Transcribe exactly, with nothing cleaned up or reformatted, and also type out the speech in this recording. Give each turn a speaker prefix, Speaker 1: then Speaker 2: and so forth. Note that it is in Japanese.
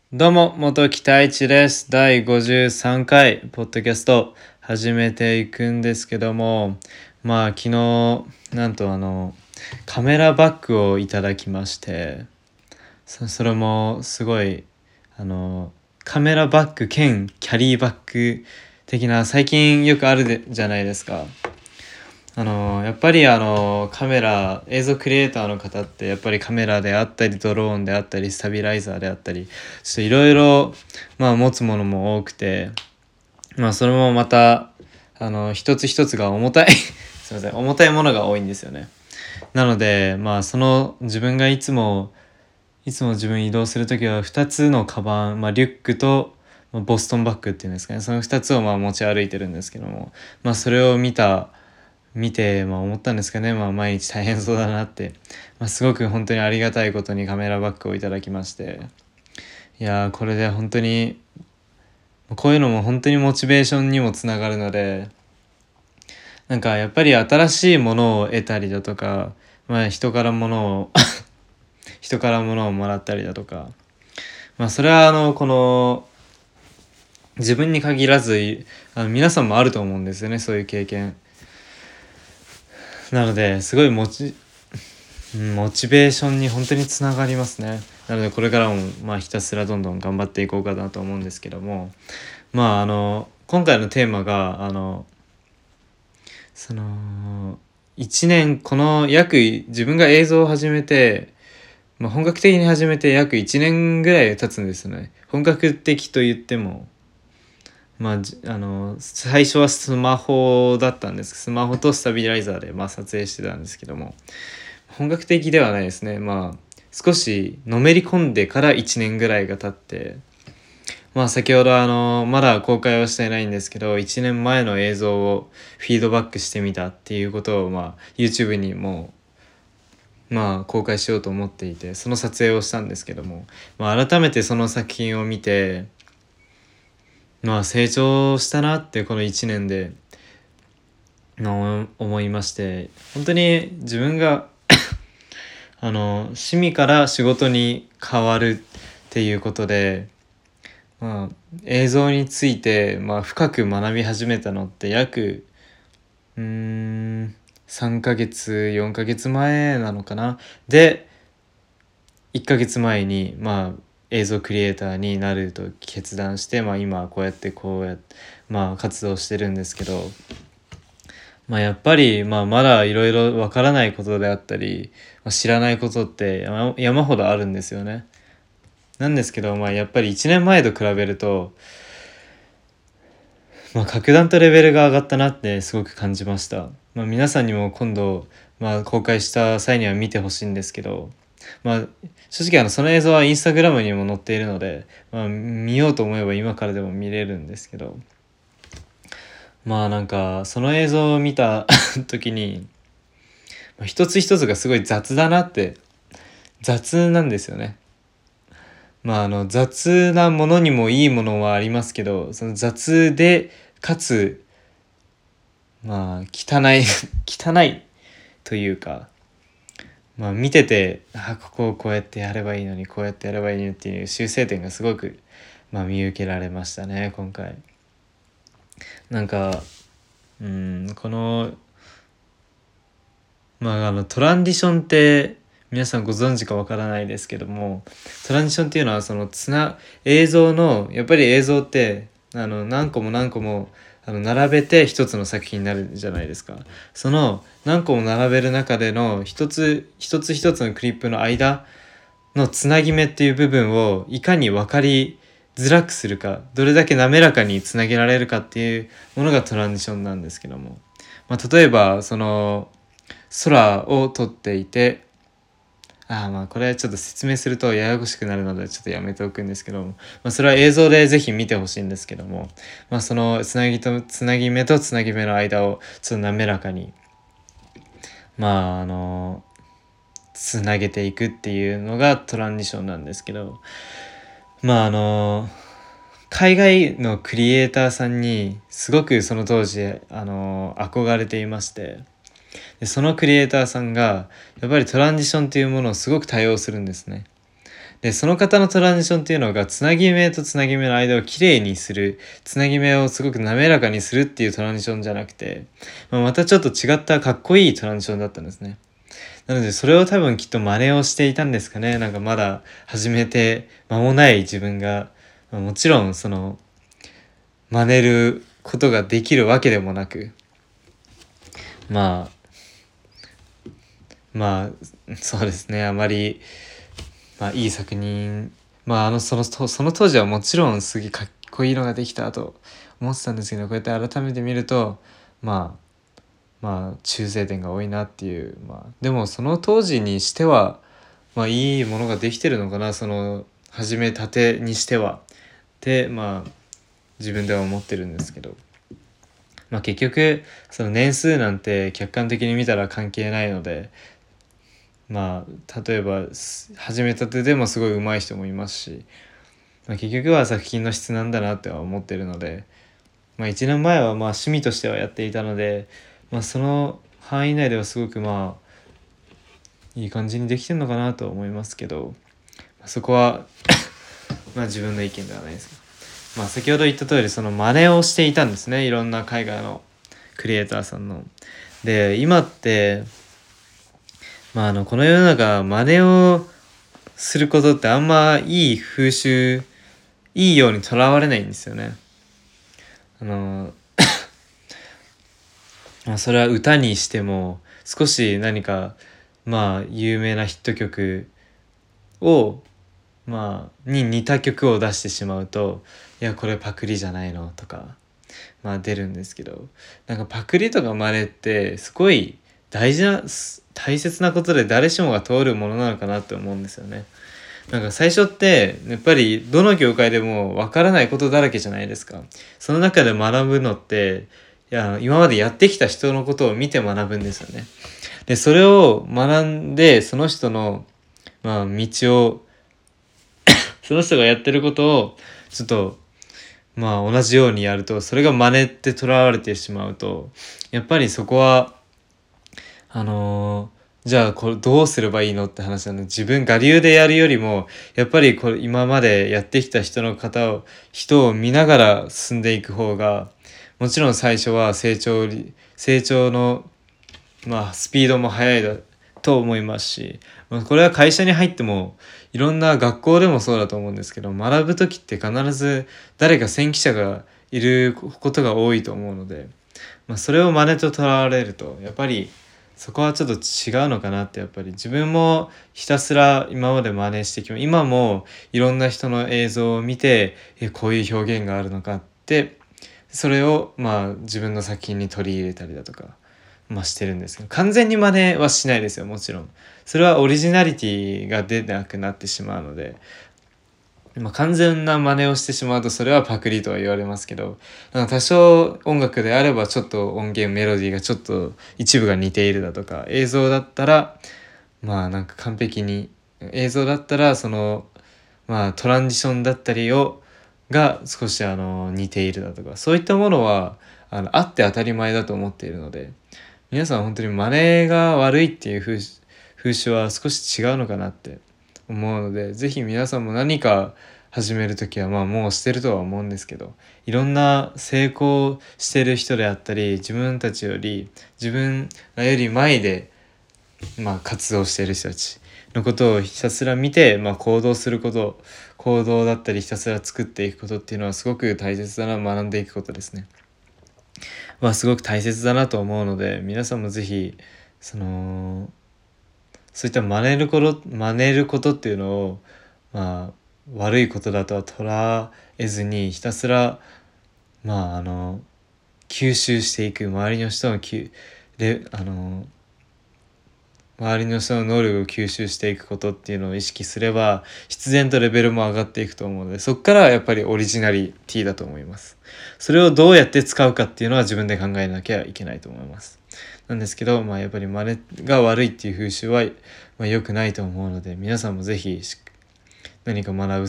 Speaker 1: どうも、元木太一です。だいごじゅうさんかい、ポッドキャスト始めていくんですけども、まあ、昨日、なんとあの、カメラバッグをいただきまして、そそれもすごい、あの、カメラバッグ兼キャリーバッグ的な、最近よくあるでじゃないですか。あのやっぱりあのカメラ映像クリエイターの方ってやっぱりカメラであったりドローンであったりスタビライザーであったりちょっといろいろまあ持つものも多くて、まあそれもまたあの一つ一つが重たいすいません重たいものが多いんですよね。なのでまあその自分がいつもいつも自分移動するときはふたつのカバン、まあ、リュックとまあボストンバッグっていうんですかね、そのふたつをまあ持ち歩いてるんですけども、まあそれを見た見て、まあ、思ったんですかね、まあ、毎日大変そうだなって、まあ、すごく本当にありがたいことにカメラバッグをいただきまして、いやーこれで本当にこういうのも本当にモチベーションにもつながるので、なんかやっぱり新しいものを得たりだとか、まあ、人からものを人からものをもらったりだとか、まあそれはあのこの自分に限らずあの皆さんもあると思うんですよね、そういう経験。なのですごいモチモチベーションに本当につながりますね。なのでこれからもまあひたすらどんどん頑張っていこうかなと思うんですけども、まああの今回のテーマがあのそのいちねんこの約自分が映像を始めて、まあ、本格的に始めて約いちねんぐらい経つんですね。本格的と言ってもまあ、あの最初はスマホだったんです。スマホとスタビライザーでまあ撮影してたんですけども、本格的ではないですね。まあ少しのめり込んでからいちねんぐらいが経って、まあ先ほどあのまだ公開はしてないんですけどいちねんまえの映像をフィードバックしてみたっていうことをまあ YouTube にもまあ公開しようと思っていて、その撮影をしたんですけども、まあ、改めてその作品を見てまあ成長したなってこのいちねんでの思いまして、本当に自分があの趣味から仕事に変わるっていうことで、まあ、映像について、まあ、深く学び始めたのって約うーんさんかげつよんかげつまえなのかな。でいっかげつまえにまあ映像クリエイターになると決断して、まあ、今こうやってこうやって、まあ、活動してるんですけど、まあ、やっぱり、まあ、まだいろいろわからないことであったり、まあ、知らないことって山、山ほどあるんですよね。なんですけど、まあ、やっぱりいちねんまえと比べると、まあ、格段とレベルが上がったなってすごく感じました。まあ、皆さんにも今度、まあ、公開した際には見てほしいんですけど、まあ、正直あのその映像はインスタグラムにも載っているので、まあ、見ようと思えば今からでも見れるんですけど、まあなんかその映像を見た時に、まあ、一つ一つがすごい雑だなって雑なんですよね。まああの雑なものにもいいものはありますけど、その雑でかつまあ汚い汚いというか、まあ見ててあここをこうやってやればいいのにこうやってやればいいのにっていう修正点がすごくまあ見受けられましたね今回。なんかうんこのまああのトランジションって皆さんご存知かわからないですけども、トランジションっていうのはそのつな映像のやっぱり映像ってあの何個も何個もあの並べて一つの作品になるじゃないですか。その何個も並べる中での一つ一つ一つのクリップの間のつなぎ目っていう部分をいかに分かりづらくするか、どれだけ滑らかにつなげられるかっていうものがトランジションなんですけども、まあ、例えばその空を撮っていて、ああまあこれはちょっと説明するとややこしくなるのでちょっとやめておくんですけども、まあ、それは映像でぜひ見てほしいんですけども、まあ、そのつなぎとつなぎ目とつなぎ目の間をちょっと滑らかにまああのつなげていくっていうのがトランジションなんですけど、まああの海外のクリエイターさんにすごくその当時あの憧れていまして、でそのクリエイターさんがやっぱりトランジションというものをすごく多用するんですね。 でその方のトランジションっていうのがつなぎ目とつなぎ目の間をきれいにする、つなぎ目をすごく滑らかにするっていうトランジションじゃなくて、まあ、またちょっと違ったかっこいいトランジションだったんですね。なのでそれを多分きっと真似をしていたんですかね。なんかまだ始めて間もない自分が、まあ、もちろんその真似ることができるわけでもなく、まあまあそうですね、あまり、まあ、いい作品、まああのそのその当時はもちろんすげえかっこいいのができたと思ってたんですけど、こうやって改めて見るとまあまあ修正点が多いなっていう、まあでもその当時にしてはまあいいものができてるのかな、その始めたてにしてはってまあ自分では思ってるんですけど、まあ結局その年数なんて客観的に見たら関係ないので、まあ例えば始めたてでもすごい上手い人もいますし、まあ、結局は作品の質なんだなっては思ってるので、まあいちねんまえはまあ趣味としてはやっていたので、まあ、その範囲内ではすごくまあいい感じにできてるのかなと思いますけど、そこはまあ自分の意見ではないですけど、まあ先ほど言った通りその真似をしていたんですね、いろんな海外のクリエイターさんの。で今ってまああのこの世の中真似をすることってあんまいい風習、いいようにとらわれないんですよね。あのまあそれは歌にしても少し何かまあ有名なヒット曲をまあに似た曲を出してしまうと、いやこれパクリじゃないのとかまあ出るんですけど、なんかパクリとか真似ってすごい大事な大切なことで誰しもが通るものなのかなって思うんですよね。なんか最初ってやっぱりどの業界でもわからないことだらけじゃないですか。その中で学ぶのっていや今までやってきた人のことを見て学ぶんですよね。でそれを学んでその人のまあ道をその人がやってることをちょっとまあ同じようにやると、それが真似ってとらわれてしまうと、やっぱりそこはあのーじゃあこれどうすればいいのって話なので、自分我流でやるよりもやっぱりこれ今までやってきた人の方を人を見ながら進んでいく方が、もちろん最初は成長成長のまあスピードも速いだと思いますし、まあ、これは会社に入ってもいろんな学校でもそうだと思うんですけど、学ぶ時って必ず誰か先駆者がいることが多いと思うので、まあ、それを真似ととらわれるとやっぱりそこはちょっと違うのかなって、やっぱり自分もひたすら今まで真似してきま今もいろんな人の映像を見て、えこういう表現があるのかって、それをまあ自分の作品に取り入れたりだとかまあしてるんですけど、完全に真似はしないですよ、もちろん。それはオリジナリティが出なくなってしまうので、まあ、完全な真似をしてしまうとそれはパクリとは言われますけど、なんか多少音楽であればちょっと音源メロディーがちょっと一部が似ているだとか、映像だったらまあなんか完璧に、映像だったらそのまあトランジションだったりをが少しあの似ているだとか、そういったものはあのあって当たり前だと思っているので、皆さん本当に真似が悪いっていう風風習は少し違うのかなって思うので、ぜひ皆さんも何か始めるときはまあもうしてるとは思うんですけど、いろんな成功してる人であったり自分たちより自分らより前でまあ活動している人たちのことをひたすら見て、まあ、行動すること、行動だったりひたすら作っていくことっていうのはすごく大切だな、学んでいくことですね。まあすごく大切だなと思うので、皆さんもぜひそのそういった真似ること真似ることっていうのをまあ悪いことだとは捉えずに、ひたすらまああの吸収していく、周りの人のきであの周りの人の能力を吸収していくことっていうのを意識すれば必然とレベルも上がっていくと思うので、そこからはやっぱりオリジナリティだと思います。それをどうやって使うかっていうのは自分で考えなきゃいけないと思います。なんですけど、まあやっぱり真似が悪いっていう風習は、まあ、良くないと思うので、皆さんもぜひ何か学ぶ